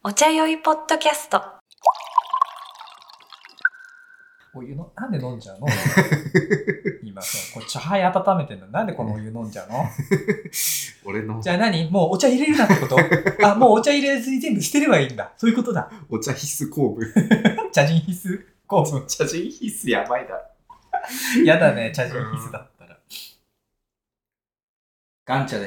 お茶酔いポッドキャスト。 お湯のなんで飲んじゃうの今こう茶杯温めてんのなんでこのお湯飲んじゃうの俺のじゃあ何もうお茶入れるなってことあ、もうお茶入れずに全部捨てればいいんだ。そういうことだ。 お茶必須酵母茶人必須酵母。 茶人必須やばいだ。 やだね、茶人必須だったら。ガンチャです。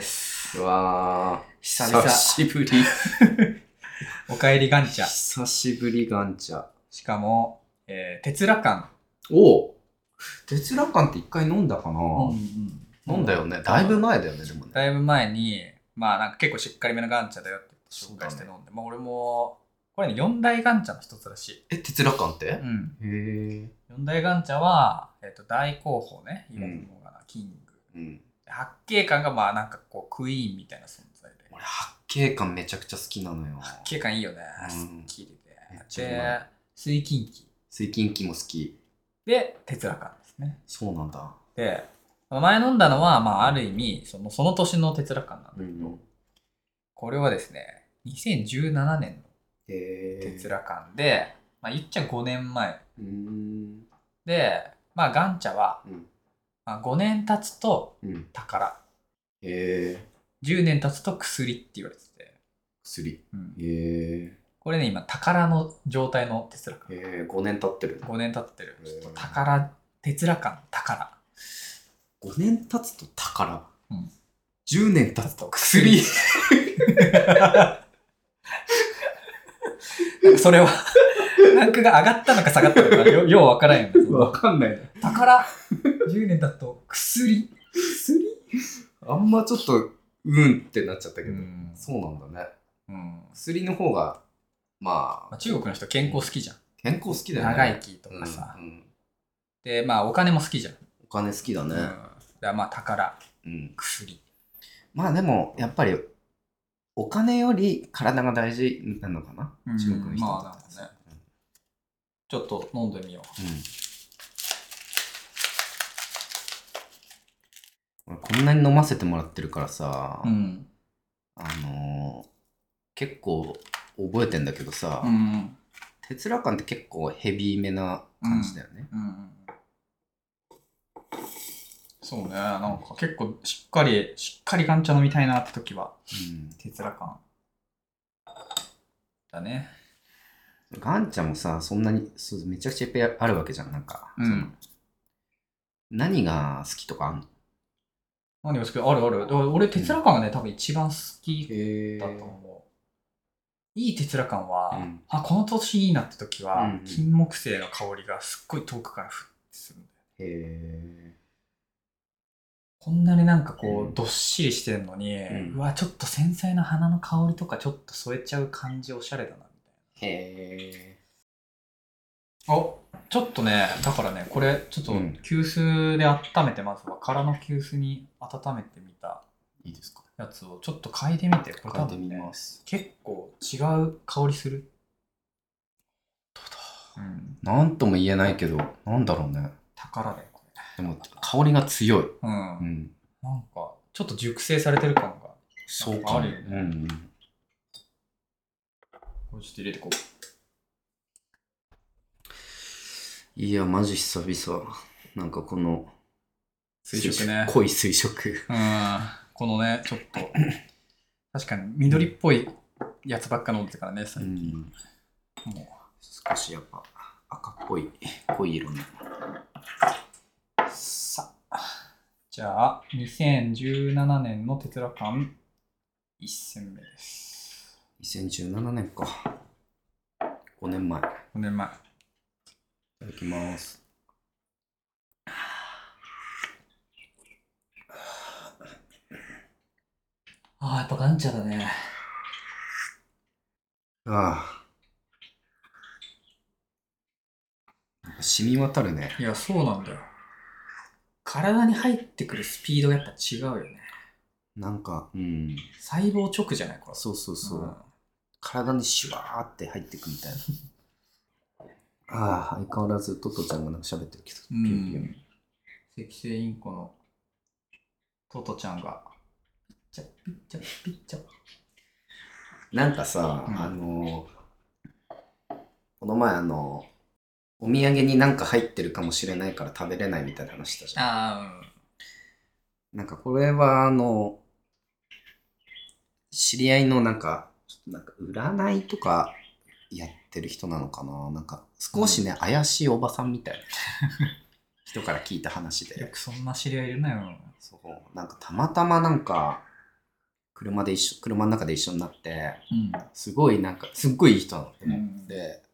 うわー久々 しぶりおかえりガンチャ。 久しぶりガンチャ。 しかも、テラカン。 おうテツラカンって一回飲んだかな、 飲飲んだよね。だいぶ前だよね、でもね。 だいぶ前に、まあなんか結構しっかりめのガンチャだよって紹介して飲んで、まあ俺も、これね、4大ガンチャの一つらしい。 え、テツラカンってうん。 へ 4大ガンチャは、大候補ね、今のがな、キング。 うん。 八景館がまあなんかこうクイーンみたいな存在で。 俺、八景館めちゃくちゃ好きなのよ。 八景館いいよね。すうんっきりで。 めっちゃうまいで、水金機。 水金機も好き。 で、テツラカンですね。 そうなんだ。 で、前飲んだのは、まあある意味、その年のテツラカンなんだけど、これはですね、2017年のテツラカンで、まあ言っちゃ5年前。で、まあガンチャは、まあ、5年経つと宝、10年経つと薬って言われてて、 薬。 これね、今宝の状態のテツラカン。 5年経ってる。 5年経ってる。ちょっと宝、テツラカン宝。 5年経つと宝。 うん、 10年経つと薬。 なんかそれはランクが上がったのか下がったのかようわからんよね。 わかんないね。 宝10年経つと薬あんまちょっとうんってなっちゃったけど、そうなんだね。薬の方がまあ中国の人健康好きじゃん。 健康好きだよね。 長生きとかさ。でまあお金も好きじゃん。 お金好きだね。 だまあ宝、薬。 まあでもやっぱりお金より体が大事なのかな、中国の人まあなんかね、ちょっと飲んでみよう。こんなに飲ませてもらってるからさ、結構覚えてんだけどさ、テツラカンって結構ヘビーめな感じだよね。 そうね、なんか結構しっかりガンチャ飲みたいなって時は、テツラカンだね。 ガンチャもさ、そんなにめちゃくちゃいっぱいあるわけじゃん。なんか、何が好きとかあんの？ 何が好き？ある。俺テツラカンがね、多分一番好きだと思う。いいテツラカンは、この年いいなって時は、金木犀の香りがすっごい遠くからふってするんだよ。こんなになんかこう、どっしりしてるのに、うわ、ちょっと繊細な花の香りとかちょっと添えちゃう感じおしゃれだな、みたいな。ちょっとね、だからね、これ、ちょっと、急須で温めて、まずは空の急須に温めてみたやつをちょっと嗅いでみて。これ多分ね、結構違う香りする。 どうだ。なんとも言えないけど、なんだろうね。 宝だよ、これ。 でも、香りが強い。 なんか、ちょっと熟成されてる感が。 そうか。 あるよね。これちょっと入れてこう。いや、マジ久々。なんかこの、 水色ね。 濃い水色。 このね、ちょっと、確かに緑っぽいやつばっか飲んでたからね、最近。もう少しやっぱ赤っぽい、濃い色の。 さあ、じゃあ、2017年のテツラカン1戦目です。 2017年か。5年前。 5年前。 いただきます。 やっぱガンチャだね。 染み渡るね。 いや、そうなんだよ。体に入ってくるスピードがやっぱ違うよね。 なんか、 細胞直じゃないこれ。 そう。体にシュワーって入ってくみたいな。相変わらずトトちゃんがなんか喋ってるけど。 赤星インコのトトちゃんがピッチャピッチャピッチャ。 なんかさ、この前お土産になんか入ってるかもしれないから食べれないみたいな話したじゃん。なんかこれは知り合いのなんか占いとかやってる人なのかな、なんか少しね、怪しいおばさんみたいな人から聞いた話で。 よくそんな知り合いいるなよ。 そう、なんかたまたまなんか車の中で一緒になって、すごいなんかすっごいいい人なの。で、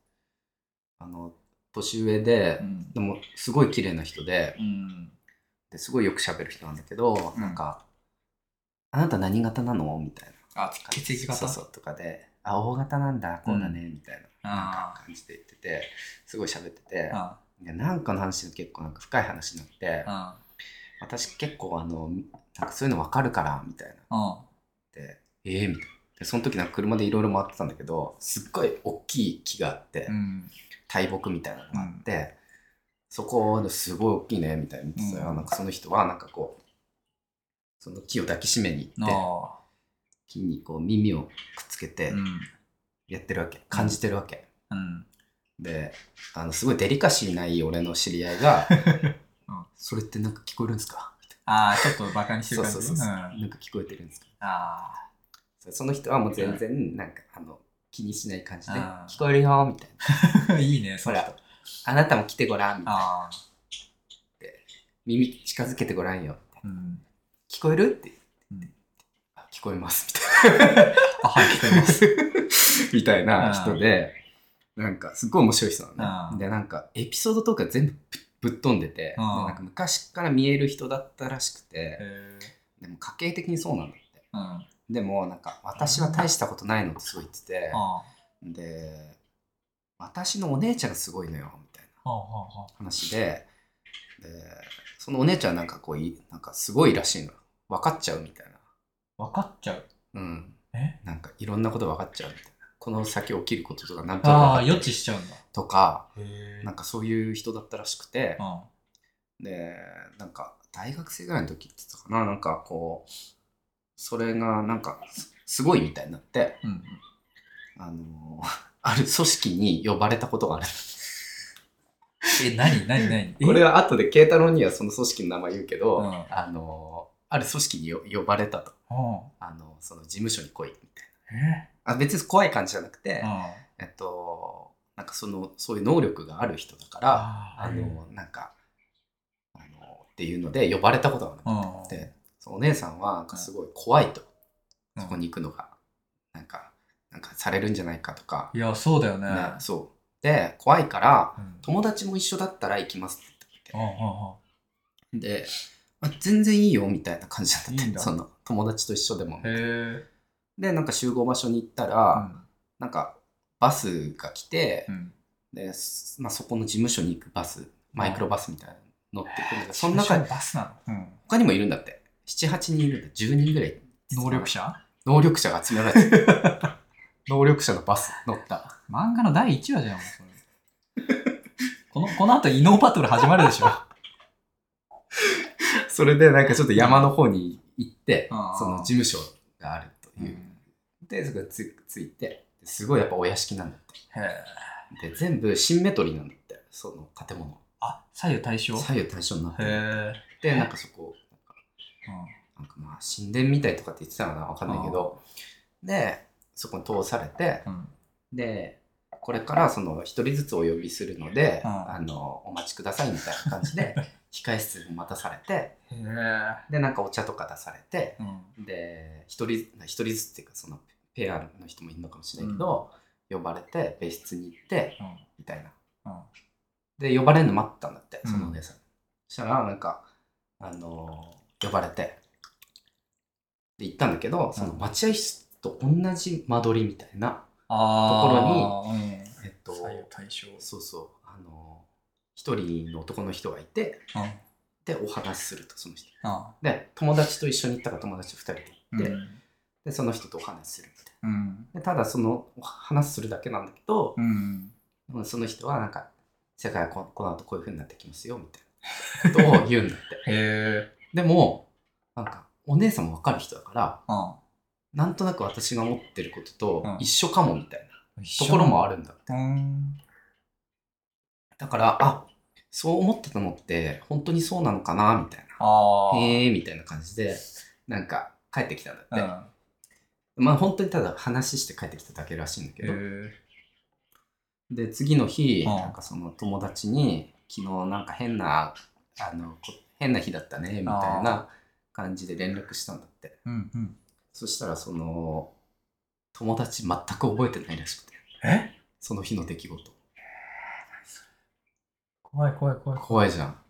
年上で、でもすごい綺麗な人で、ですごいよく喋る人なんだけど、なんかあなた何型なのみたいな。 血液型そうとかで、O型なんだ、こうだね、みたいな、なんか感じで言ってて、すごい喋ってて、でなんかの話で結構なんか深い話になって、私結構なんかそういうの分かるから、みたいな。で、みたいな。で、その時なんか車でいろいろ回ってたんだけど、すっごい大きい木があって、大木みたいなのがあって、そこですごい大きいね、みたいな言ってたよ。なんかその人はなんかこう、その木を抱きしめに行って、木にこう耳をくっつけてやってるわけ、感じてるわけ。で、すごいデリカシーない俺の知り合いが、それってなんか聞こえるんですか？ ちょっとバカにしてる感じ。 そう。なんか聞こえてるんですか？その人はもう全然なんか気にしない感じで、聞こえるよみたいな。 いいね、 ほら、あなたも来てごらんみたいな。で、耳近づけてごらんよみたいな。聞こえるって言って、聞こえますみたいな。 はい、聞こえます。 みたいな人で、なんかすっごい面白い人なのね。で、なんかエピソードとか全部ぶっ飛んでて、でなんか昔から見える人だったらしくて、でも家系的にそうなんだって。でもなんか私は大したことないのってすごい言ってて、で、私のお姉ちゃんがすごいのよみたいな話で、そのお姉ちゃんなんかこうなんかすごいらしいの。分かっちゃうみたいな。 分かっちゃう？ なんかいろんなこと分かっちゃうみたいな。この先起きることとかなんとなく分かっ予知しちゃうんだ。 とか、なんかそういう人だったらしくて、で、なんか大学生ぐらいの時って言ってたかな、なんかこう、それがなんかすごいみたいになって、ある組織に呼ばれたことがある。 何これは後で慶太郎にはその組織の名前言うけど、ある組織に呼ばれたと。その事務所に来いみたいな。別に怖い感じじゃなくて、なんかそういう能力がある人だから、なんか、っていうので呼ばれたことがあって、そのお姉さんはなんかすごい怖いと。そこに行くのが。なんかされるんじゃないかとか。 いや、そうだよね。 そう。で、怖いから、友達も一緒だったら行きますって言って。で、全然いいよみたいな感じだったって。その友達と一緒でも。で、なんか集合場所に行ったら、なんかバスが来て、で、そこの事務所に行くバス、マイクロバスみたいなの乗ってくるんだけど、その中に他にもいるんだって。7、8人いるんだ。10人ぐらい。 能力者が集められてる。能力者のバス乗った。 漫画の第1話じゃん、それ。この後異能バトル始まるでしょ。 それでなんかちょっと山の方に行って、その事務所があるという。で、そこについて、すごいやっぱお屋敷なんだって。で、全部シンメトリーなんだって、その建物。 左右対称になってる。で、なんかそこ、なんかまあ神殿みたいとかって言ってたのかな、わかんないけど、で、そこに通されて、で、これからその一人ずつお呼びするので、お待ちくださいみたいな感じで、控え室に待たされて、で、なんかお茶とか出されて、で、一人ずつっていうか、そのペアの人もいるのかもしれないけど、呼ばれて、別室に行って、みたいな。で、呼ばれるの待ったんだって、そのお姉さん。そしたら、なんか、呼ばれて、で、行ったんだけど、その待合室と同じ間取りみたいなところに、 左右対称。 そうそう、一人の男の人がいて、で、お話しすると、その人。で、友達と一緒に行ったから友達2人で行って、で、その人とお話しするみたいな。でただ、その話するだけなんだけど、その人はなんか、世界はこの後こういう風になってきますよ、みたいなことを言うんだって。でも、なんか、お姉さんも分かる人だから、 なんとなく私が思ってることと一緒かもみたいなところもあるんだって。だから、そう思ってたのって本当にそうなのかなみたいな。へえみたいな感じで、なんか帰ってきたんだって。まあ本当にただ話して帰ってきただけらしいんだけど。で、次の日、なんかその友達に、昨日なんか変な日だったねみたいな感じで連絡したんだって。そしたらその友達全く覚えてないらしくて。その日の出来事。怖いじゃん。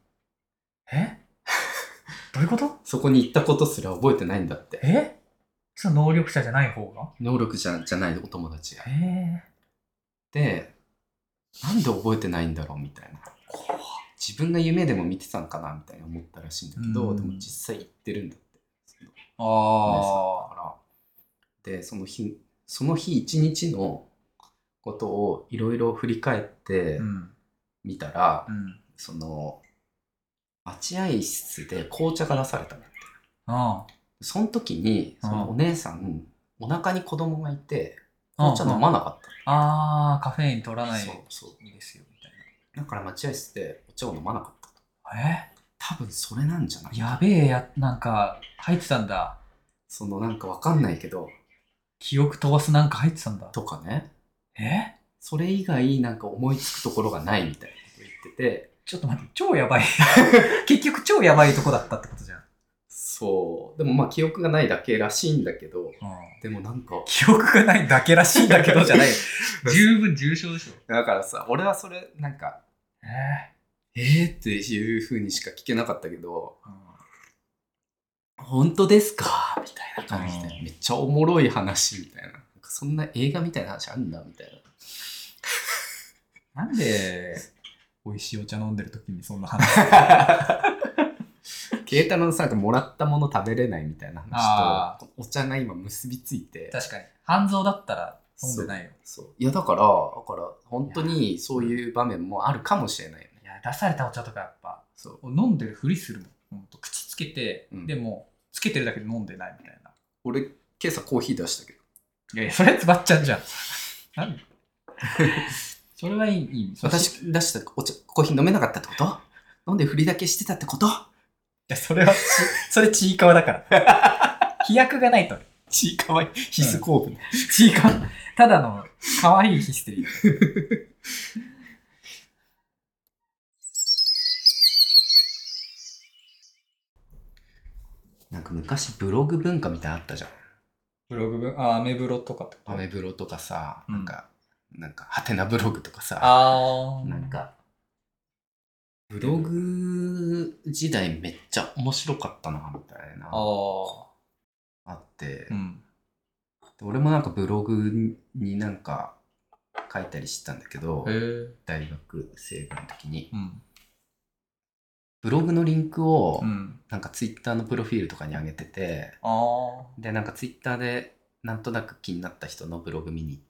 どういうこと？ そこに行ったことすら覚えてないんだって。 その能力者じゃない方が？ 能力者じゃないお友達が。で、なんで覚えてないんだろうみたいな。自分が夢でも見てたんかなみたいな思ったらしいんだけど、でも実際行ってるんだって。で、その日一日のことをいろいろ振り返ってみたら、その待合室で紅茶が出されたんだって。その時にそのお姉さん、お腹に子供がいて紅茶飲まなかった。 カフェイン取らないですよみたいな。だから待合室でお茶を飲まなかったと。多分それなんじゃない？ やべえなんか入ってたんだ。 そのなんかわかんないけど記憶飛ばすなんか入ってたんだとかね。それ以外なんか思いつくところがないみたいなこと言ってて。 ちょっと待って、超やばい結局超やばいとこだったってことじゃん。 そう。でもまあ記憶がないだけらしいんだけど、でもなんか記憶がないだけらしいんだけどじゃない十分重症でしょ。 だからさ、俺はそれなんかっていう風にしか聞けなかったけど、本当ですかみたいな感じで、めっちゃおもろい話みたいな。なんかそんな映画みたいな話あるんだみたいな。なんで美味しいお茶飲んでる時にそんな話慶太郎さんがもらったもの食べれないみたいな話とお茶が今結びついて。 確かに半蔵だったら飲んでないよ。 そういやだから本当にそういう場面もあるかもしれないよね。 いや出されたお茶とかやっぱ飲んでるふりするもん。口つけて、でもつけてるだけで飲んでないみたいな。 俺今朝コーヒー出したけど。 いやそれつばっちゃんじゃん。なんでそれはいい。 私出したコーヒー飲めなかったってこと？飲んで振りだけしてたってこと？いや、それちいかわだから。飛躍がないと。 ちいかわ必須構文。 ちいかわ。ただのかわいいヒステリー。 なんか昔ブログ文化みたいなのあったじゃん。 ブログアメブロとかってこと？ アメブロとかさ、なんかハテナブログとかさ、なんかブログ時代めっちゃ面白かったなみたいなあって、俺もなんかブログになんか書いたりしてたんだけど、大学生の時に、ブログのリンクをなんかツイッターのプロフィールとかに上げてて、でなんかツイッターでなんとなく気になった人のブログ見に行って、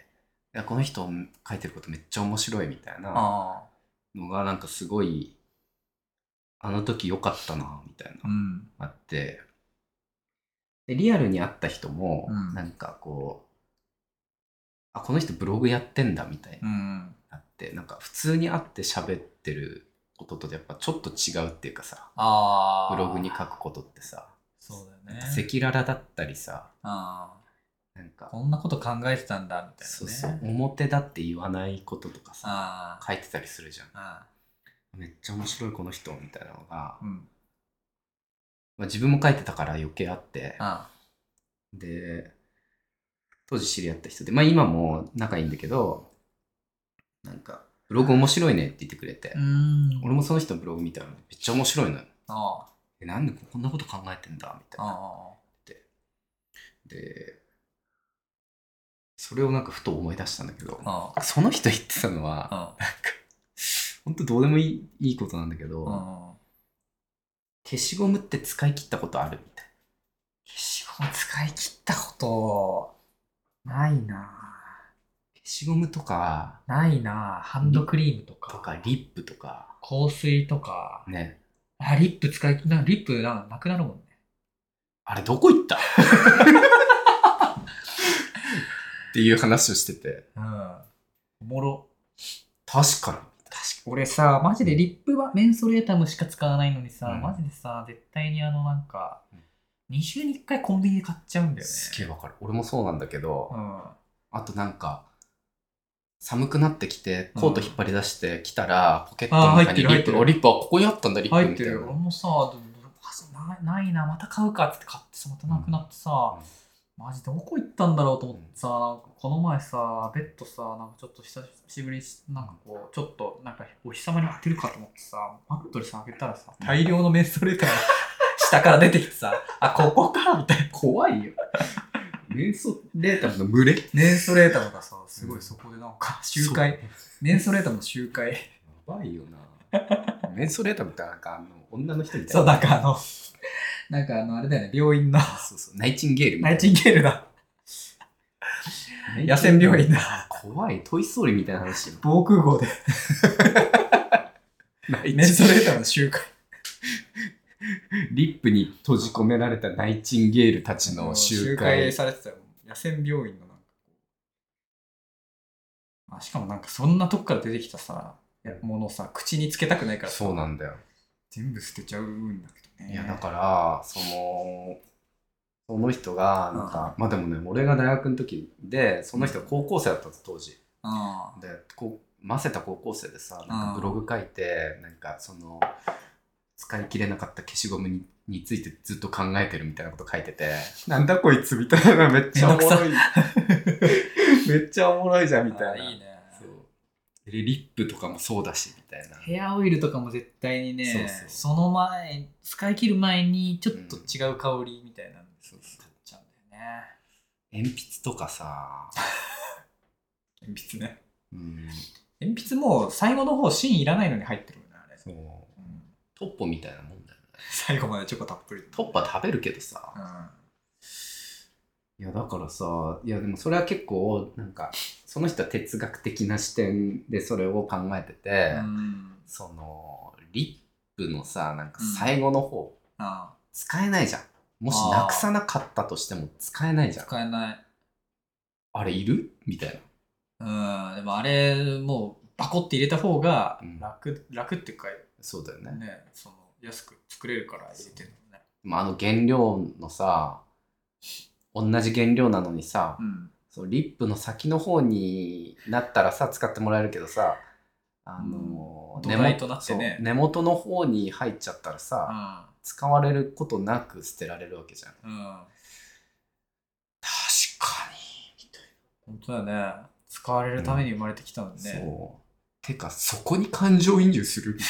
いやこの人書いてることめっちゃ面白いみたいなのがなんかすごいあの時良かったなみたいなあって、でリアルに会った人もなんかこう、この人ブログやってんだみたいなあって、なんか普通に会って喋ってることとやっぱちょっと違うっていうかさ、ブログに書くことってさ、 そうだよね。 赤裸々だったりさ、なんかこんなこと考えてたんだみたいなね。 そう表だって言わないこととかさ、書いてたりするじゃん。めっちゃ面白いこの人みたいなのが、まあ、自分も書いてたから余計あって、で当時知り合った人で、まあ今も仲いいんだけど、なんかブログ面白いねって言ってくれて、俺もその人のブログ見たらめっちゃ面白いのよ。なんでこんなこと考えてんだみたいな。でそれをなんかふと思い出したんだけど、その人言ってたのは、なんかほんとどうでもいいことなんだけど、消しゴムって使い切ったことあるみたいな。 消しゴム使い切ったことないな。 消しゴムとかないな。ハンドクリームとかリップとか香水とかね。 リップ使い切った。リップなくなるもんね。 あれどこ行ったっていう話をしてて。 おもろ。 確かに。 俺さ、マジでリップはメンソレータムしか使わないのにさ、マジでさ、絶対になんか、2週に1回コンビニで買っちゃうんだよね。 すげえわかる。俺もそうなんだけど、あとなんか、寒くなってきて、コート引っ張り出してきたら、ポケットの中にリップ、リップはここにあったんだ、リップみたいな。 俺もさ、ないな、また買うかって買ってさ、またなくなってさ、マジどこ行ったんだろうと思ってさ、なんかこの前さ、ベッドさ、なんかちょっと久しぶりになんかこう、ちょっとなんかお日様に当てるかと思ってさ、マットレス開けたらさ、大量のメンソレーターが下から出てきてさ、あ、ここかみたいな。 怖いよ。メンソレータムの群れメンソレータムがさ、すごいそこでなんか集会。メンソレータムの集会。やばいよな。メンソレータムってなんか女の人みたいな。 そう、なんかなんかあれだよね、病院の。 そうそう、ナイチンゲールみたいな。 ナイチンゲールだ。野戦病院だ。 怖い、トイストーリーみたいな話。 防空壕で。メンソレータムの集会。 リップに閉じ込められたナイチンゲールたちの集会されてたよ。野戦病院のなんかこう。しかもなんかそんなとこから出てきたさ、ものさ、口につけたくないからさ。 そうなんだよ。 全部捨てちゃうんだけどね。 いや、だから、その人が、なんか、まあでもね、俺が大学の時で、その人が高校生だったんです、当時。で、ませた高校生でさ、なんかブログ書いて、なんか使い切れなかった消しゴムについてずっと考えてるみたいなこと書いてて、なんだこいつみたいな、めっちゃおもろい。めっちゃおもろいじゃんみたいな。 いいね。 リップとかもそうだしみたいな。 ヘアオイルとかも絶対にね、その前、使い切る前にちょっと違う香りみたいなの買っちゃうんだよね。 鉛筆とかさ。 鉛筆ね。鉛筆も最後の方芯いらないのに入ってるよね、あれ。 そう。トッポみたいなもんだよね。 最後までチョコたっぷり。 トッポは食べるけどさ。いやだからさ、いやでもそれは結構なんかその人は哲学的な視点でそれを考えてて、リップのさ、なんか最後の方、使えないじゃん。もしなくさなかったとしても使えないじゃん。 使えない。 あれいるみたいな。でもあれもうバコって入れた方が楽っていうか、 そうだよね。 安く作れるから入れてるのね。 まあ原料のさ、同じ原料なのにさ、リップの先の方になったらさ使ってもらえるけどさ、 土台となってね、 根元の方に入っちゃったらさ、使われることなく捨てられるわけじゃん。確かにみたいな。本当だよね。使われるために生まれてきたのね。 そう。てかそこに感情移入する。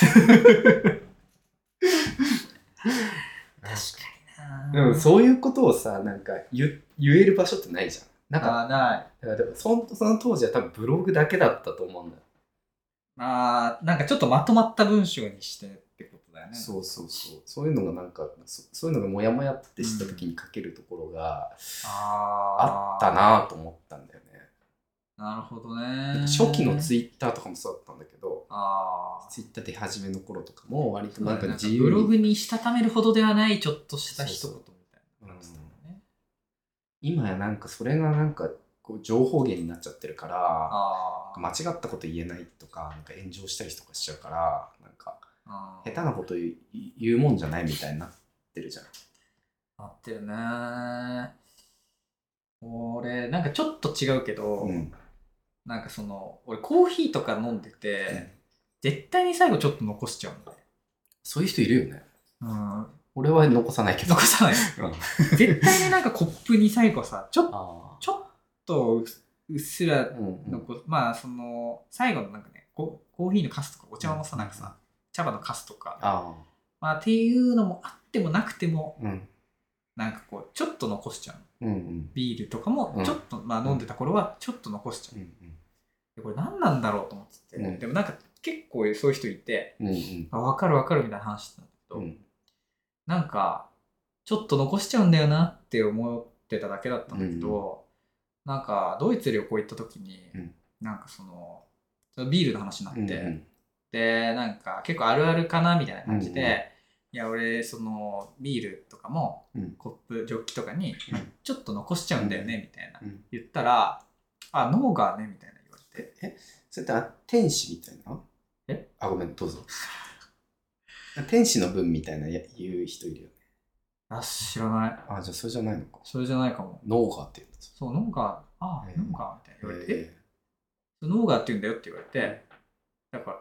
確かに。 でもそういうことをさ、なんか言える場所ってないじゃん。なんかない。 だからその当時は多分ブログだけだったと思うんだよ。 なんかちょっとまとまった文章にしてってことだよね。 そう。そういうのがなんか、そういうのがモヤモヤってした時に書けるところがあったなと思ったんだよね。 なるほどね。 初期のツイッターとかもそうだったんだけど、ツイッター出始めの頃とかも割となんか自由に、 ブログにしたためるほどではないちょっとした一言みたいな感じだよね。 今やなんかそれがなんかこう情報源になっちゃってるから、間違ったこと言えないとか、なんか炎上したりとかしちゃうから、なんか下手なこと言うもんじゃないみたいになってるじゃん。 なってるね。俺なんかちょっと違うけど、なんか俺コーヒーとか飲んでて、絶対に最後ちょっと残しちゃうんだよ。 そういう人いるよね。俺は残さないけど。 残さない。絶対になんかコップに最後さ、ちょっとうっすらまあ最後のなんかね、コーヒーのカスとかお茶のさ、なんかさ、茶葉のカスとか、まあっていうのもあってもなくても、なんかこうちょっと残しちゃう。ビールとかもちょっと、まあ飲んでた頃はちょっと残しちゃう。でこれ何なんだろうと思ってて、でもなんか結構そういう人いて、分かるみたいな話してたんだけど、なんかちょっと残しちゃうんだよなって思ってただけだったんだけど、なんかドイツ旅行行った時に、なんかビールの話になって、でなんか結構あるあるかなみたいな感じで、いや俺ビールとかもコップジョッキとかにちょっと残しちゃうんだよねみたいな言ったら、 脳がねみたいな言われて。 それって天使みたいな？ごめん、どうぞ。天使の分みたいな言う人いるよね。 知らない。 じゃあそれじゃないのか。 それじゃないかも。 脳がって言うんです。 そう、脳が、脳がみたいな言われて、脳がって言うんだよって言われて、だから、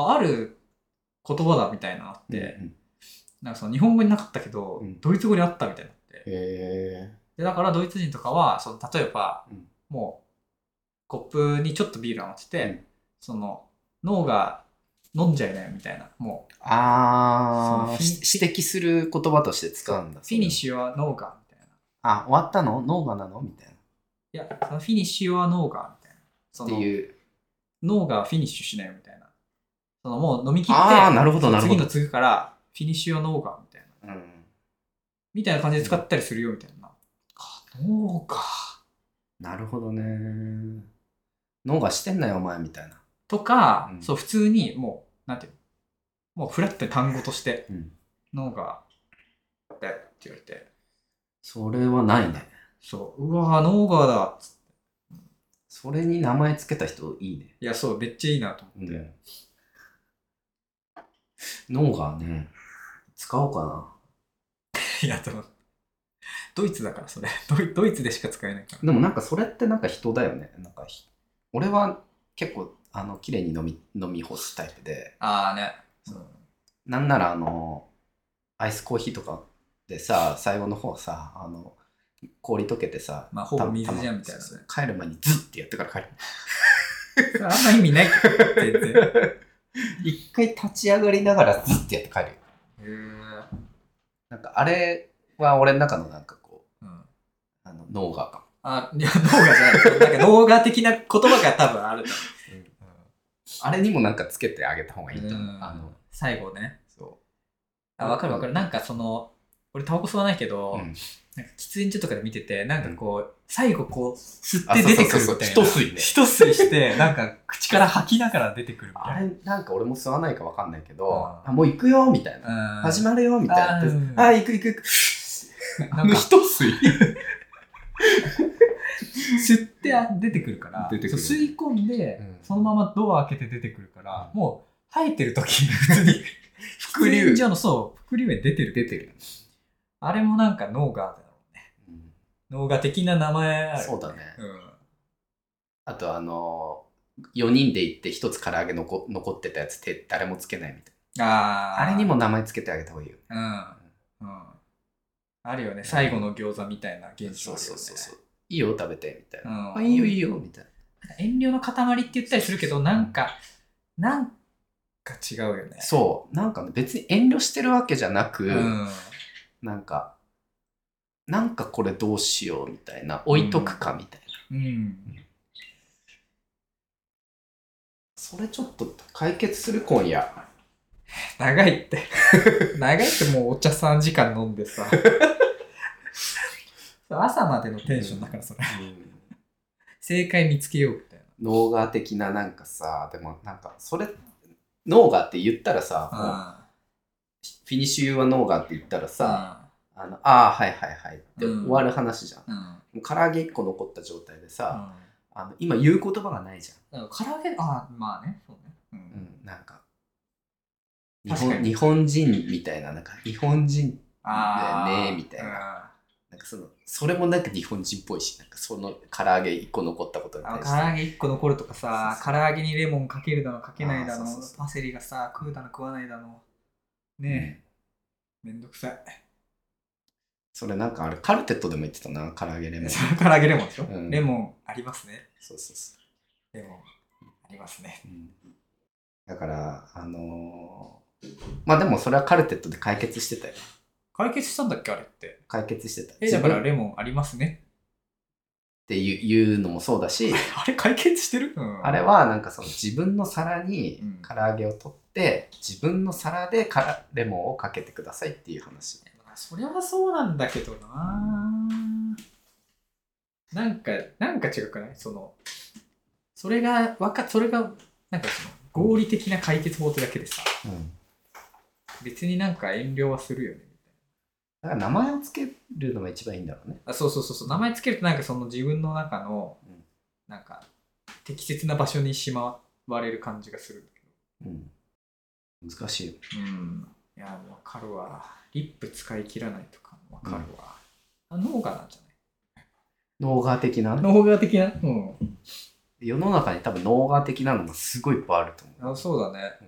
ある言葉だみたいなのあって、なんかその日本語になかったけど、ドイツ語にあったみたいになって。でだからドイツ人とかは、その例えば、もう、コップにちょっとビールを持ってて、その、脳が飲んじゃいなよみたいな、もう。 指摘する言葉として使うんだ。 フィニッシュは脳がみたいな。終わったの？脳がなのみたいな。 いや、そのフィニッシュは脳がみたいな。そのっていう。脳がフィニッシュしないよみたいな。そのもう飲み切って、 なるほど次の次から、フィニッシュは脳がみたいな。みたいな感じで使ったりするよみたいな。脳か。 なるほどね。脳がしてんなよお前みたいな。 とか、そう普通にもう、なんていうの、もうフラットに単語として、脳が、だよって言われて。 それはないね。 そう。うわぁ、脳がだっつって。 それに名前つけた人いいね。 いや、そう、めっちゃいいなと思って。 脳がね、使おうかな。 いや、でも、ドイツだからそれ。ドイツでしか使えないから。 でもなんかそれってなんか人だよね。なんか俺は結構綺麗に飲み干すタイプで。 ね。 なんならアイスコーヒーとかでさ、最後の方さ、氷溶けてさ、 ほぼ水じゃんみたいな。 帰る前にズッってやってから帰る。 あんま意味ないけど、全然。 一回立ち上がりながらズッってやって帰るよ。なんかあれは俺の中のなんかこう、脳がかも。 いや、脳がじゃない。なんか脳が的な言葉が多分あると思う。 あれにもなんかつけてあげた方がいいと思う。 最後ね。 そう。 わかる。なんかその、俺タバコ吸わないけど、なんか喫煙所とかで見てて、なんかこう、最後こう、吸って出てくるみたいな。 一吸いね。 一吸いして、なんか口から吐きながら出てくるみたいな。 あれ、なんか俺も吸わないかわかんないけど、もう行くよみたいな。始まるよみたいな。行く。一吸い吸って出てくるから、吸い込んで、そのままドア開けて出てくるから、もう吐いてる時に普通に伏流所の伏流へ出てる。あれもなんかノーガーだろうね。ノーガー的な名前ある。 そうだね。あと4人で行って1つ唐揚げ残ってたやつ手誰もつけないみたいな。あれにも名前つけてあげた方がいいよ。 あるよね。最後の餃子みたいな現象あるよね。 そう。いいよ食べてみたいな。いいよみたいな。 遠慮の塊って言ったりするけど、なんか違うよね。 そう。なんか別に遠慮してるわけじゃなく、なんかこれどうしようみたいな。置いとくかみたいな。それちょっと解決する今夜。 長いってもうお茶3時間飲んでさ。朝までのテンションだからそれ。正解見つけようみたいな。 ノーガー的ななんかさ、でもなんかそれ、ノーガーって言ったらさ、フィニッシュはノーガーって言ったらさ、はいって終わる話じゃん。もう唐揚げ1個残った状態でさ、今言う言葉がないじゃん。 唐揚げ、まあね、そうね。 なんか日本人みたいな、なんか日本人だよねみたいな。なんかそれもなんか日本人っぽいし、なんかその唐揚げ1個残ったことに対して。 唐揚げ1個残るとかさ、唐揚げにレモンかけるだのかけないだの、パセリがさ、食うだの食わないだの。ねえ。めんどくさい。 それなんかあれ、カルテットでも言ってたな、唐揚げレモン。 唐揚げレモンでしょ、レモンありますね。 そう。 レモンありますね。 だから、まあでもそれはカルテットで解決してたよ。 解決したんだっけあれって。 解決してた。 だからレモンありますね。 っていうのもそうだし、 あれ解決してる？ あれはなんかその自分の皿に唐揚げを取って、自分の皿でレモンをかけてくださいっていう話。 それはそうなんだけどな。なんか違くない？それがなんか合理的な解決法ってだけでさ、別になんか遠慮はするよね。 だから名前をつけるのが一番いいんだろうね。 そう。名前つけるとなんかその自分の中の、 なんか適切な場所にしまわれる感じがするんだけど。 難しいよ。 いや、わかるわ。リップ使い切らないとかわかるわ。脳がなんじゃない？ 脳が的な？ 脳が的な？ 世の中に多分脳が的なのがすごいいっぱいあると思う。 あ、そうだね。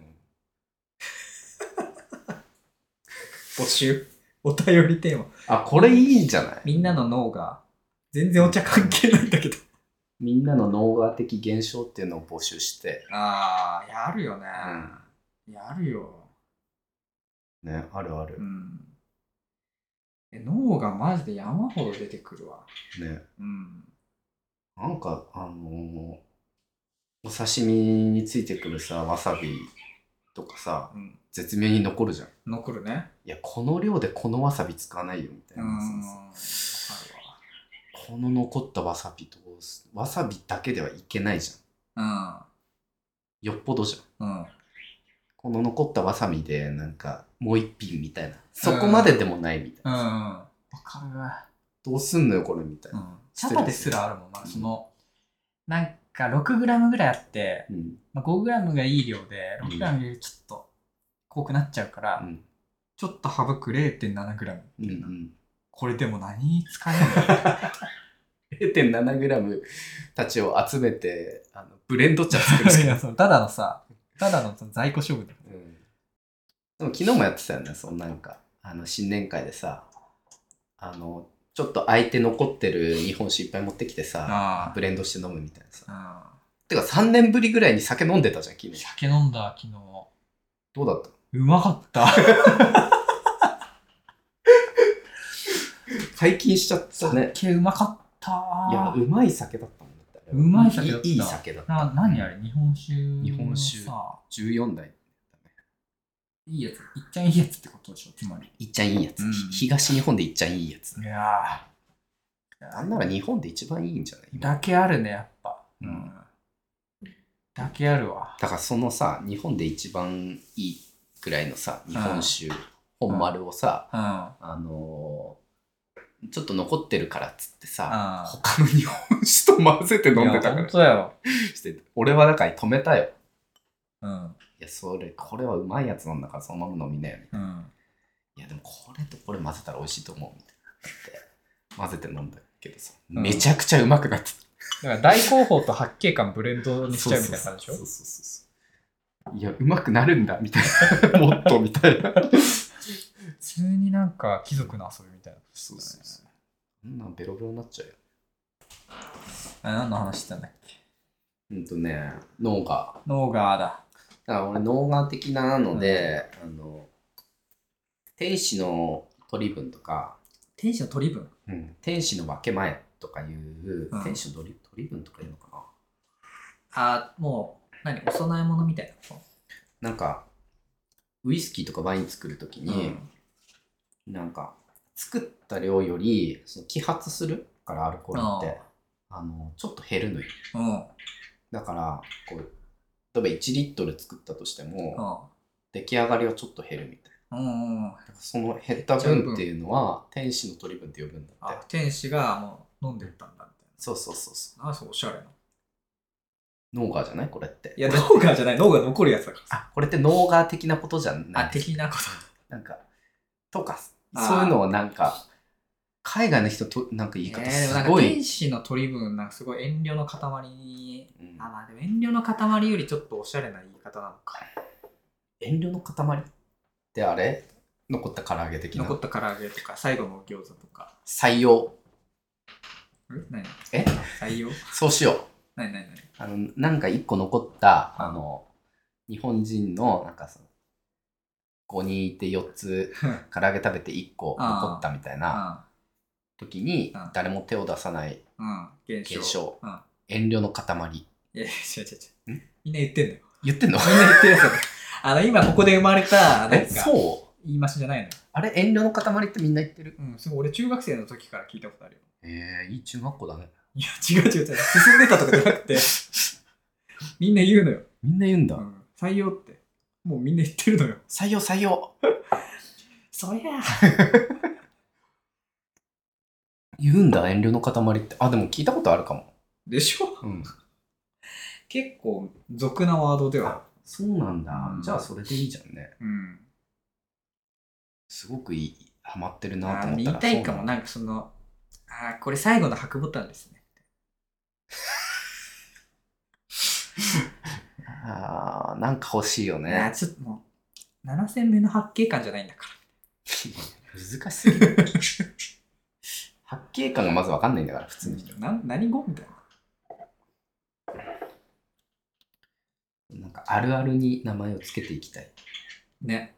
募集。お便りテーマ。 あ、これいいんじゃない？ みんなの脳が。全然お茶関係ないんだけど。 みんなの脳が的現象っていうのを募集して。 ああ、やるよね。やるよ。 ね、あるある。 脳がマジで山ほど出てくるわ。 ね。なんか、お刺身についてくるさ、わさびとかさ、絶妙に残るじゃん。 残るね。 いや、この量でこのわさび使わないよみたいな。この残ったわさびと、わさびだけではいけないじゃん。よっぽどじゃん。この残ったわさびで、なんか、もう一品みたいな。そこまででもないみたいな。 わかるわ。 どうすんのよ、これみたいな。 茶葉ですらあるもんな。その、なんか 6g ぐらいあって、5g がいい量で、6g よりちょっと濃くなっちゃうから、ちょっと省く 0.7g。これでも何使えるの？ 0.7g たちを集めて、ブレンド茶作るしかただのさ、ただの在庫処分だ。 でも昨日もやってたよね、そのなんか、新年会でさ、ちょっと空いて残ってる日本酒いっぱい持ってきてさ、ブレンドして飲むみたいなさ。てか3年ぶりぐらいに酒飲んでたじゃん、昨日。 酒飲んだ、昨日。 どうだった？ うまかった。 解禁しちゃったね。 酒うまかった。 いや、うまい酒だったもんだって。 うまい酒だった。 いい酒だった。 何あれ？日本酒。 日本酒。14代。 いいやつ。いっちゃんいいやつってことでしょ、つまり。 いっちゃんいいやつ。東日本でいっちゃんいいやつ。 いやー。なんなら日本で一番いいんじゃない？ だけあるね、やっぱ。だけあるわ。 だからそのさ、日本で一番いいくらいのさ、日本酒、本丸をさ、ちょっと残ってるからっつってさ、他の日本酒と混ぜて飲んでたから。 本当だよ。 俺はだから止めたよ。いや、これはうまいやつなんだからそのまま飲みなよみたいな。いや、でもこれとこれ混ぜたら美味しいと思うみたいな。混ぜて飲んだけどさ、めちゃくちゃうまくなってた。だから大広報と八景館ブレンドにしちゃうみたいな感じでしょ？ そう。いや、うまくなるんだみたいな。もっとみたいな。 普通になんか貴族の遊びみたいな。 そう。そんなんベロベロになっちゃうよ。 何の話してたんだっけ？ 脳が。 脳がだ。 だから俺脳が的なので、天使の取り分とか。 天使の取り分？ 天使の分け前とかいう、天使の取り分とかいうのかな。もう、お供え物みたいな。 なんか、ウイスキーとかワイン作るときに、なんか、作った量より、揮発するからアルコールって、ちょっと減るのよ。だから、こう、例えば1リットル作ったとしても、出来上がりはちょっと減るみたいな。その減った分っていうのは、天使の取り分って呼ぶんだって。 天使がもう飲んでったんだみたいな。 そう。 そう、おしゃれな。 ノーガーじゃないこれって。 いや、ノーガーじゃない。ノーガー残るやつだから。 これってノーガー的なことじゃない？ 的なこと。 なんか、とか、そういうのをなんか、海外の人と、なんか言い方すごい。 天使の取り分、なんかすごい遠慮の塊に、まあでも遠慮の塊よりちょっとおしゃれな言い方なのか。 遠慮の塊ってあれ？残った唐揚げ的な。 残った唐揚げとか、最後の餃子とか。 採用。 何？採用？ そうしよう。 何？ なんか一個残った、日本人の、なんか5人いて4つ、唐揚げ食べて1個残ったみたいな時に、誰も手を出さない現象。遠慮の塊。 いや、違う。みんな言ってんだよ。 言ってんの？ みんな言ってるやつ。今ここで生まれた、 そう？ 言い回しじゃないのよ。 あれ、遠慮の塊ってみんな言ってる？ すごい俺中学生の時から聞いたことあるよ。 いい中学校だね。 いや、違う。進んでたとかじゃなくて、みんな言うのよ。 みんな言うんだ。 採用って。もうみんな言ってるのよ。 採用。 そりゃ。 言うんだ、遠慮の塊って。でも聞いたことあるかも。 でしょ、 うん。 結構俗なワードでは。 そうなんだ。 うんじゃあそれでいいじゃんね。 うん。 すごくいい、ハマってるなと思ったら。 言いたいかも。なんかその、これ最後の白ボタンですね。 なんか欲しいよね。 ちょっともう、7戦目の八景感じゃないんだから。 難しすぎる。八景感がまずわかんないんだから、普通の人。 何語みたいな。なんかあるあるに名前をつけていきたい。 ね。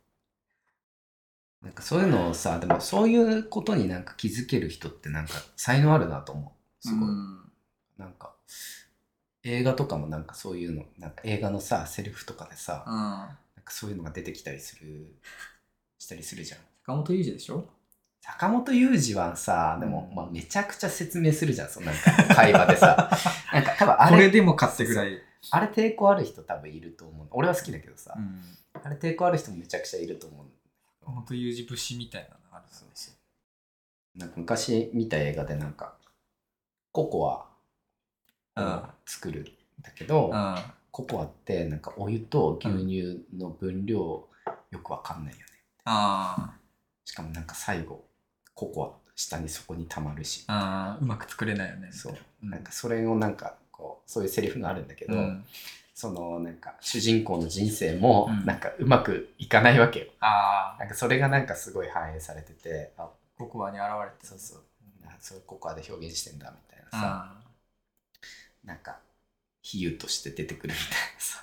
なんかそういうのをさ、でもそういうことになんか気づける人ってなんか才能あるなと思う。すごい。なんか映画とかもなんかそういうの、なんか映画のさ、セリフとかでさ、なんかそういうのが出てきたりしたりするじゃん。 坂本龍二でしょ？ 坂本龍二はさ、でも、まあ、めちゃくちゃ説明するじゃん、そのなんか会話でさ。なんか多分これでもかってぐらい。 あれ抵抗ある人多分いると思う。俺は好きだけどさ、あれ抵抗ある人もめちゃくちゃいると思う。 坂本龍二節みたいなのあるんですよ。 なんか昔見た映画でなんか、ココアを作るんだけど、ココアってなんかお湯と牛乳の分量よくわかんないよね。しかもなんか最後ココア下にそこに溜まるし、 うまく作れないよね。 そう、なんかそれをなんかこうそういうセリフがあるんだけど、そのなんか主人公の人生もなんかうまくいかないわけよ。なんかそれがなんかすごい反映されてて、 ココアに現れて、 そういうココアで表現してんだみたいなさ、なんか比喩として出てくるみたいなさ、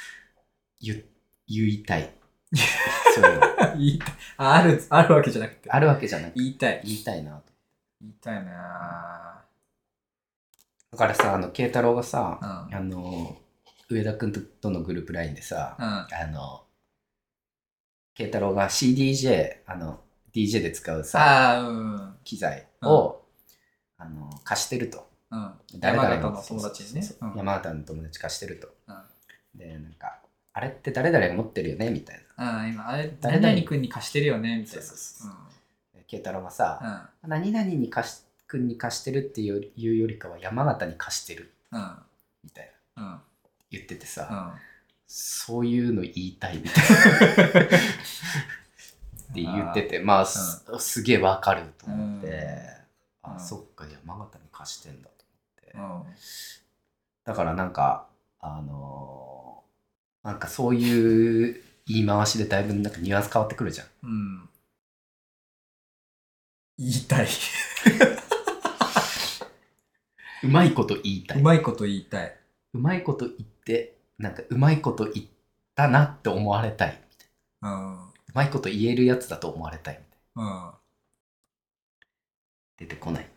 言いたい。そういうの言いたい。あるわけじゃなくて。 あるわけじゃなくて。 言いたい。 言いたいなと。 言いたいな。 だからさ、慶太郎がさ、上田くんとのグループ LINE でさ、慶太郎が CDJ、DJ で使うさ、機材を、貸してると。 山形の友達にね。 山形の友達貸してると。で、なんか、あれって誰々が持ってるよねみたいな。 今、あれ、誰々君に貸してるよねみたいな。 慶太郎がさ、何々に君に貸してるっていうよりかは山形に貸してる。みたいな。言っててさ、そういうの言いたいみたいな。って言ってて、まあ、すげえわかると思って、そっか、山形に貸してんだと思って。だからなんか、なんかそういう言い回しでだいぶなんかニュアンス変わってくるじゃん。 言いたい。 うまいこと言いたい。 うまいこと言いたい。 うまいこと言って、なんかうまいこと言ったなって思われたいみたいな。うまいこと言えるやつだと思われたいみたいな。出てこない。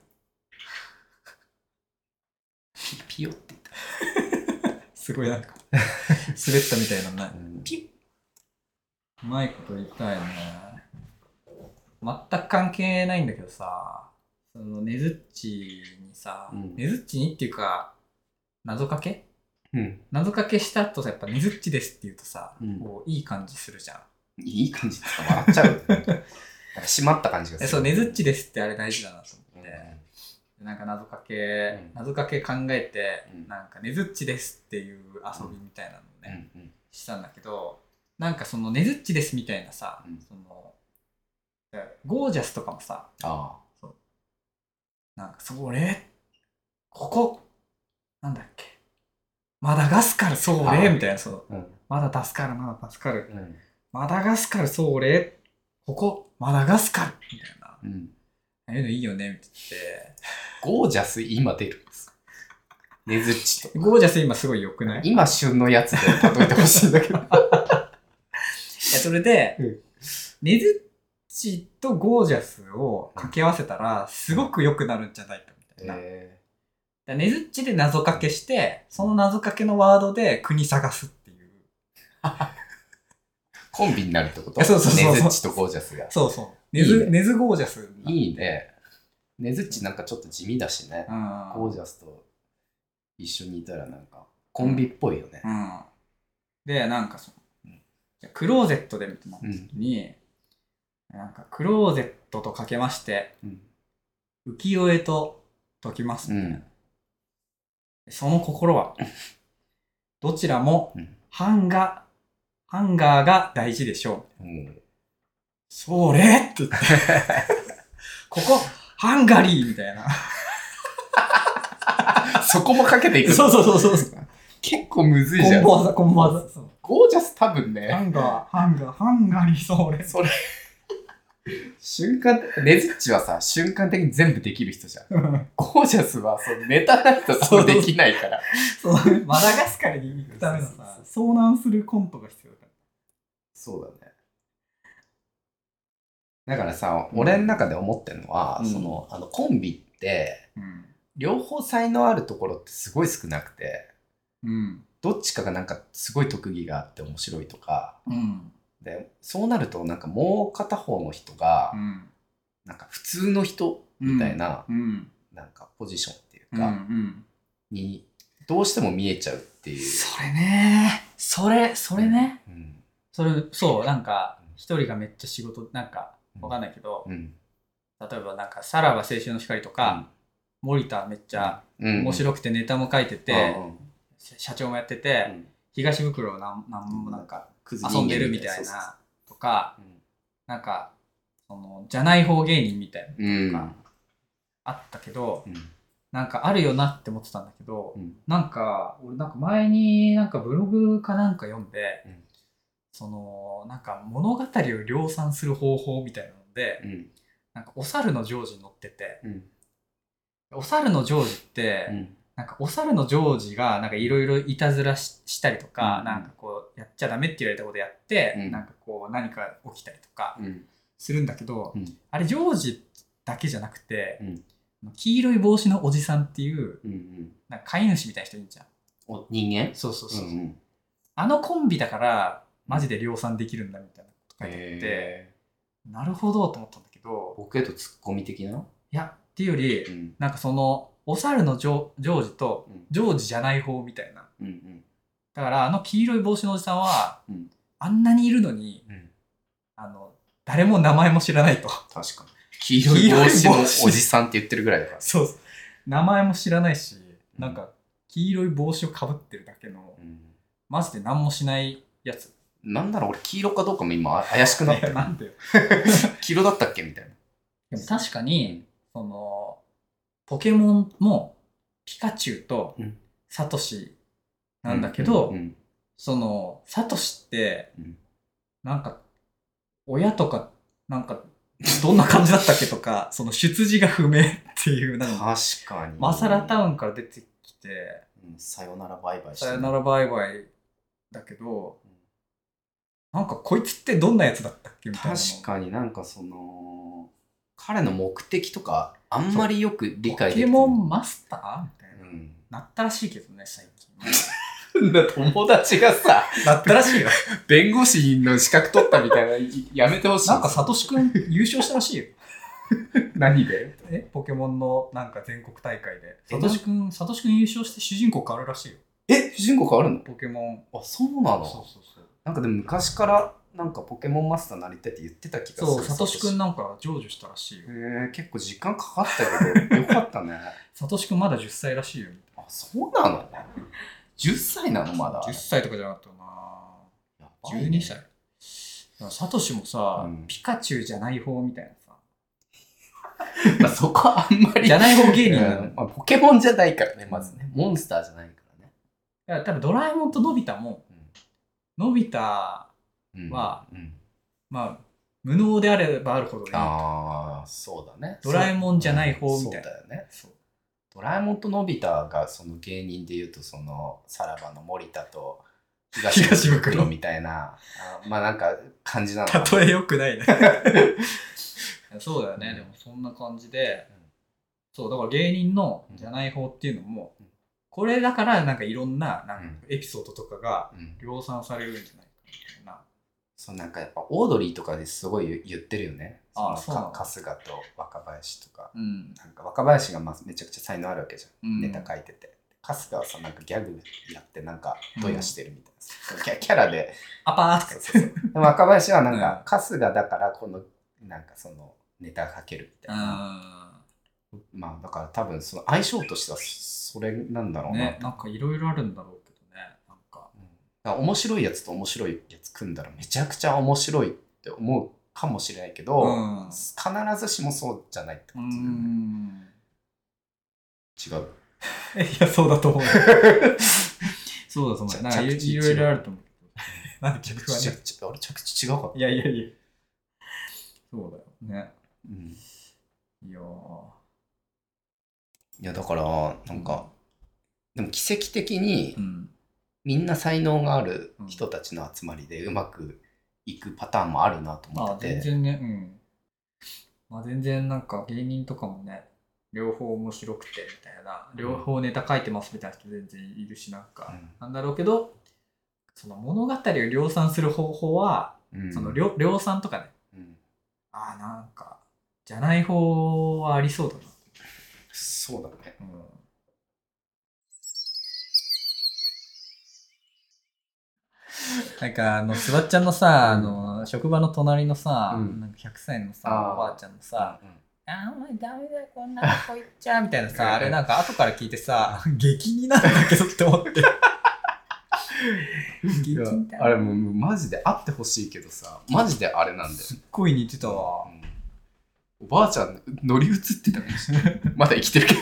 ピヨって言った。 すごいなんか滑ったみたいなね。ピュッ。うまいこと言いたいね。全く関係ないんだけどさ、そのねずっちにさ、ねずっちにっていうか謎かけ、謎かけした後さ、やっぱねずっちですって言うとさ、こういい感じするじゃん。 いい感じって笑っちゃう。なんか締まった感じがする。 そう、ねずっちですってあれ大事だなと思って、なんか謎かけ考えて、なんかねずっちですっていう遊びみたいなのをね、したんだけど、なんかそのねずっちですみたいなさ、そのゴージャスとかもさ、なんかそれここなんだっけ、マダガスカルそれみたいな、まだ助かるマダガスカルそれここマダガスカルみたいな、ああいうのいいよねみたいな。 ゴージャス今出るんです。ねずっちと。 ゴージャス今すごい良くない？ 今旬のやつで例えてほしいんだけど。いや、それで、ねずっちとゴージャスを掛け合わせたらすごく良くなるんじゃないかみたいな。ねずっちで謎かけして、その謎かけのワードで国探すっていう。 コンビになるってこと？ そうそうそう。 ねずっちとゴージャスが。 そうそう。ねずゴージャス。 いいね。ねずっちなんかちょっと地味だしね。ゴージャスと一緒にいたらなんかコンビっぽいよね。 で、なんかクローゼットで見てた時に、なんかクローゼットとかけまして、浮世絵と解きますね。 その心は、どちらもハンガーが大事でしょう。それって言って。ここ、ハンガリーみたいな。 そこもかけていく。 そう。 結構むずいじゃん。 コンボ技。 ゴージャス多分ね。 ハンガリー、それ。 瞬間、ネズッチはさ、瞬間的に全部できる人じゃん。ゴージャスはネタないとそうできないから。 マダガスカルに行くためのさ、遭難するコントが必要だから。 そうだね。だからさ、俺の中で思ってるのは、コンビって、両方才能あるところってすごい少なくて、どっちかがなんかすごい特技があって面白いとか、でそうなるとなんかもう片方の人が、なんか普通の人みたいな、なんかポジションっていうか、にどうしても見えちゃうっていう。 それね。そう、なんか一人がめっちゃ仕事、なんかわかんないけど、例えばなんかさらば青春の光とか、森田めっちゃ面白くてネタも書いてて、社長もやってて、東袋なんか遊んでるみたいなとか、なんかじゃない方芸人みたいなとかあったけど、なんかあるよなって思ってたんだけど、なんか俺なんか前になんかブログかなんか読んで、なんか物語を量産する方法みたいなので、なんかお猿のジョージに載ってて、お猿のジョージって、なんかお猿のジョージがなんかいろいろいたずらしたりとか、なんかこうやっちゃダメって言われたことやって、なんかこう何か起きたりとかするんだけど、あれジョージだけじゃなくて、黄色い帽子のおじさんっていう、なんか飼い主みたいな人いるじゃん。 人間？ そう。あのコンビだからマジで量産できるんだみたいなこと書いてあって、なるほどと思ったんだけど、 ボケとツッコミ的な？ いやっていうより、なんかお猿のジョージとジョージじゃない方みたいな、だからあの黄色い帽子のおじさんは、あんなにいるのに、誰も名前も知らないと。 確かに黄色い帽子のおじさんって言ってるぐらいだから。 そう名前も知らないし、なんか黄色い帽子をかぶってるだけの、マジで何もしないやつ。 なんだろう、俺黄色かどうかも今怪しくなったよ。 なんでよ。 黄色だったっけみたいな。 でも確かに、ポケモンもピカチュウとサトシなんだけど、サトシって、なんか、親とか、なんか、どんな感じだったっけとか、出自が不明っていう、 確かに。 マサラタウンから出てきて、 さよならバイバイして。 さよならバイバイだけど、なんかこいつってどんなやつだったっけみたいな。 確かになんか彼の目的とかあんまりよく理解できてない。 ポケモンマスターみたいな、なったらしいけどね、最近。 友達がさ、 なったらしいよ。 弁護士の資格取ったみたいな、やめてほしい。 なんかサトシくん優勝したらしいよ。 何で？ ポケモンのなんか全国大会で。サトシくん優勝して主人公変わるらしいよ。 主人公変わるの？ ポケモン。 あ、そうなの？ そう。 なんかでも昔からなんかポケモンマスターなりたいって言ってた気がする。 そう、サトシくんなんか成就したらしいよ。 結構時間かかったけど、よかったね。 サトシくんまだ10歳らしいよ。 あ、そうなの？10歳なのまだ。 10歳とかじゃなかったな。12歳。サトシもさ、ピカチュウじゃない方みたいなさ。 まあそこはあんまり。 じゃない方芸人なの。 ポケモンじゃないからね、まずね。モンスターじゃないからね。 いや、多分ドラえもんとのび太も、のび太は、まあ、無能であればあるほどいい。 ああ、そうだね。 ドラえもんじゃない方みたいな。 そうだよね。ドラえもんとのび太が芸人でいうとさらばの森田と東袋みたいなまあなんか感じなの。 例えよくないね。そうだよね。でもそんな感じで、そうだから芸人のじゃない方っていうのも、これだからなんかいろんなエピソードとかが量産されるんじゃないかみたいな。 そうなんかやっぱオードリーとかですごい言ってるよね。 春日と若林とか、 なんか若林がめちゃくちゃ才能あるわけじゃん、ネタ書いてて。春日はさなんかギャグやってなんかドヤしてるみたいな、キャラでアパーとかでも若林はなんか、春日だからなんかネタ書けるみたいな。 まあだから多分その相性としてはそれなんだろうな。 ね、なんかいろいろあるんだろうけどね。なんか。 だから面白いやつと面白いやつ組んだらめちゃくちゃ面白いって思うかもしれないけど、必ずしもそうじゃないって感じだよね。違う。 いや、そうだと思う。そうだと思う。なんかいろいろあると思う。なんで着地はね。 あれ着地違うかった。 いやいやいや。そうだよね。いやだからなんか、でも奇跡的に、みんな才能がある人たちの集まりでうまくいくパターンもあるなと思ってて。 全然ね、まあ全然なんか芸人とかもね、両方面白くてみたいな、両方ネタ書いてますみたいな人全然いるし、なんか、なんだろうけど、その物語を量産する方法は、その量産とかね、なんか、じゃない方はありそうだな。 そうだね。 なんかすばっちゃんのさ、職場の隣のさ、なんか100歳のさ、おばあちゃんのさ、お前ダメだよ、こんなとこ行っちゃうみたいなさ、あれなんか後から聞いてさ、激になるんだけどって思って。 あれもうマジで会ってほしいけどさ、マジであれなんだよ。 すっごい似てたわ。 おばあちゃん乗り移ってたかもしれない。まだ生きてるけど。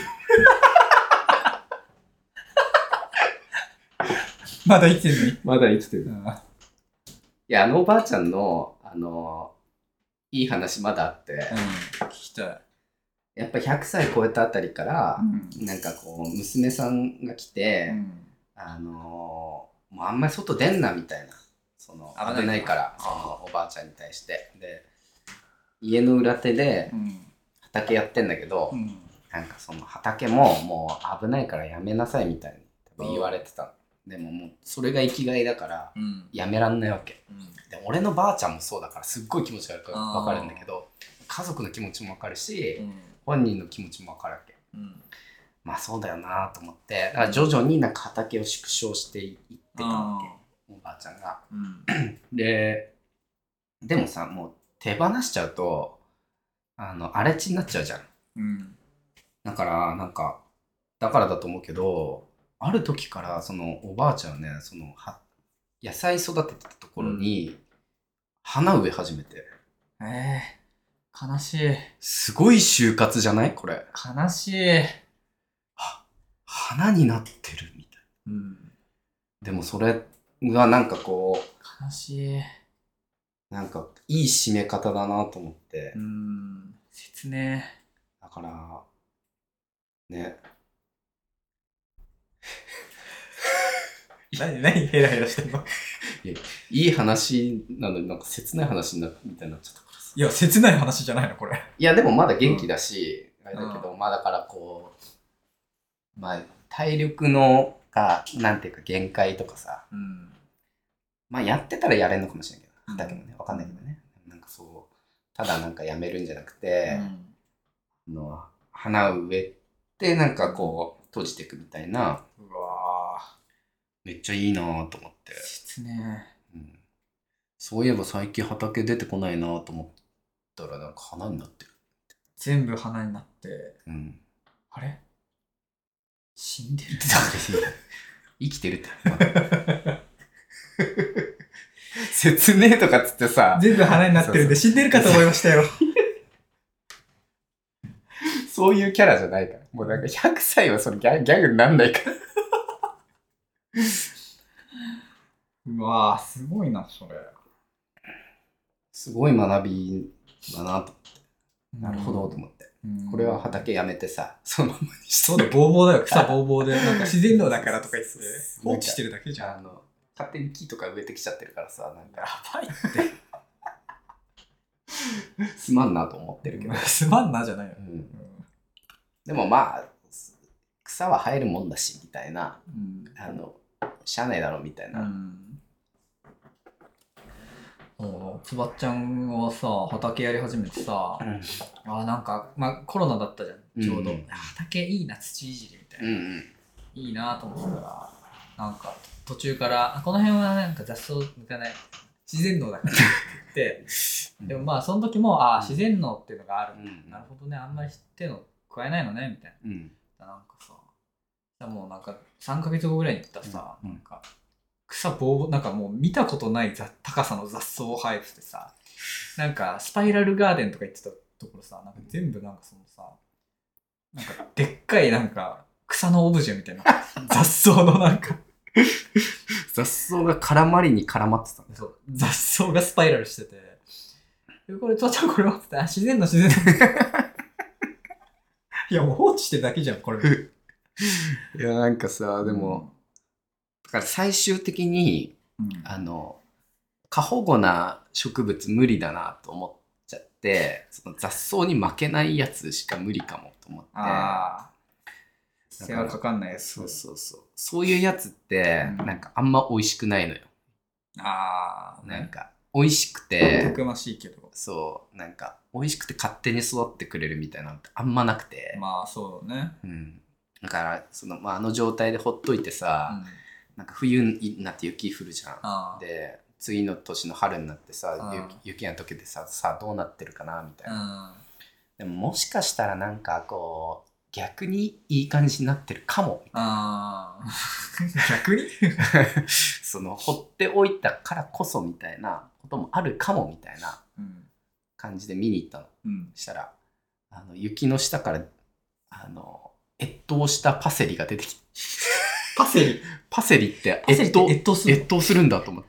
まだ生きてるのに。 まだ生きてる。いや、おばあちゃんの、いい話まだあって、 聞きたい。 やっぱ100歳超えたあたりから、なんかこう、娘さんが来て、もうあんまり外出んなみたいな。危ないから、おばあちゃんに対して。で、家の裏手で畑やってんだけど、なんかその畑ももう危ないからやめなさいみたいに多分言われてた。でももうそれが生きがいだからやめらんないわけ。で俺のばあちゃんもそうだからすっごい気持ち悪く分かるんだけど、家族の気持ちも分かるし、本人の気持ちも分かるわけ。まあそうだよなと思って、だから徐々になんか畑を縮小していってたわけ、おばあちゃんが。でもさ、もう手放しちゃうと荒れ地になっちゃうじゃん。だからなんかだからだと思うけど、ある時からそのおばあちゃんね、野菜育ててたところに花植え始めて。 悲しい。 すごい就活じゃないこれ。 悲しい。 花になってるみたいな。でもそれがなんかこう悲しい。 なんかいい締め方だなと思って。 切ね。 だからね。 何ヘラヘラしてんの？ いい話なのになんか切ない話みたいになっちゃったからさ。 いや、切ない話じゃないのこれ。 いやでもまだ元気だし、あれだけど、まあだからこう、まあ体力のなんていうか限界とかさ、まあやってたらやれんのかもしれないけど、だけどね、わかんないけどね。なんかそう、ただなんかやめるんじゃなくて、花を植えてなんかこう閉じていくみたいな。 うわめっちゃいいなと思って。 切ね。 そういえば最近畑出てこないなと思ったらなんか花になってる。 全部花になって。あれ死んでる。 生きてるって。切ねえとかっつってさ。 全部花になってるんで死んでるかと思いましたよ。 そういうキャラじゃないから。もうなんか100歳はそれギャグになんないから。 うわぁ、すごいな、それ。 すごい学びだなと思って。なるほどと思って。これは畑やめてさ、そのままにして。 そうだ、ボーボーだよ。草ボーボーで。なんか自然農だからとか言って放置してるだけじゃん。 勝手に木とか植えてきちゃってるからさ、なんか。やばいって。 すまんなと思ってるけど。 すまんなじゃないよ。 でもまあ、草は生えるもんだし、みたいな。しゃあないだろ、みたいな。 つばっちゃんはさ、畑やり始めてさ、なんか、まあコロナだったじゃん、ちょうど。畑いいな、土いじりみたいな。いいなと思ってたら、なんか途中から、この辺はなんか雑草抜かない、自然農だからって言って、でもまあその時も、自然農っていうのがある。なるほどね、あんまり知ってんの加えないのねみたいな。なんかさ、もうなんか3ヶ月後ぐらいに行ったらさ、なんか草ぼう、なんかもう見たことない高さの雑草生えててさ、なんかスパイラルガーデンとか言ってたところさ、なんか全部なんかそのさ、なんかでっかいなんか草のオブジェみたいな雑草のなんか雑草が絡まりに絡まってたんだ。 そう、雑草がスパイラルしてて、これ、父ちゃんこれはって、自然の。いや、もう放置してるだけじゃん、これ。 いや、なんかさ、でも、だから最終的に、過保護な植物無理だなと思っちゃって、その雑草に負けないやつしか無理かもと思って。 世話かかんないやつ。 そうそうそう。そういうやつって、なんかあんま美味しくないのよ。なんか、美味しくて、 たくましいけど。 そう、なんか、美味しくて勝手に育ってくれるみたいなのってあんまなくて。 まあ、そうだね。 だから、あの状態でほっといてさ、なんか冬になって雪降るじゃん。で、次の年の春になってさ、雪が溶けてさ、どうなってるかなみたいな。でももしかしたらなんかこう、逆にいい感じになってるかもみたいな。 逆に放っておいたからこそみたいなこともあるかもみたいな感じで見に行ったの。したら、雪の下から、越冬したパセリが出てきて。パセリって越冬するんだと思って。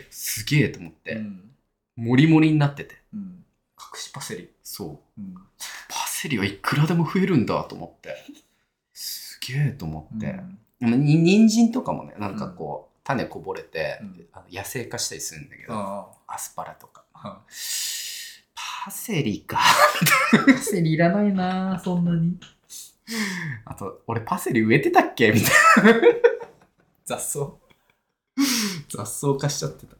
すげえと思って。モリモリになってて。 隠しパセリ。 そう。パセリはいくらでも増えるんだと思って。すげえと思って。人参とかもね、なんかこう、種こぼれて、野生化したりするんだけど、アスパラとか。パセリか。 パセリいらないなそんなに。 あと、俺パセリ植えてたっけみたいな。雑草化しちゃってた。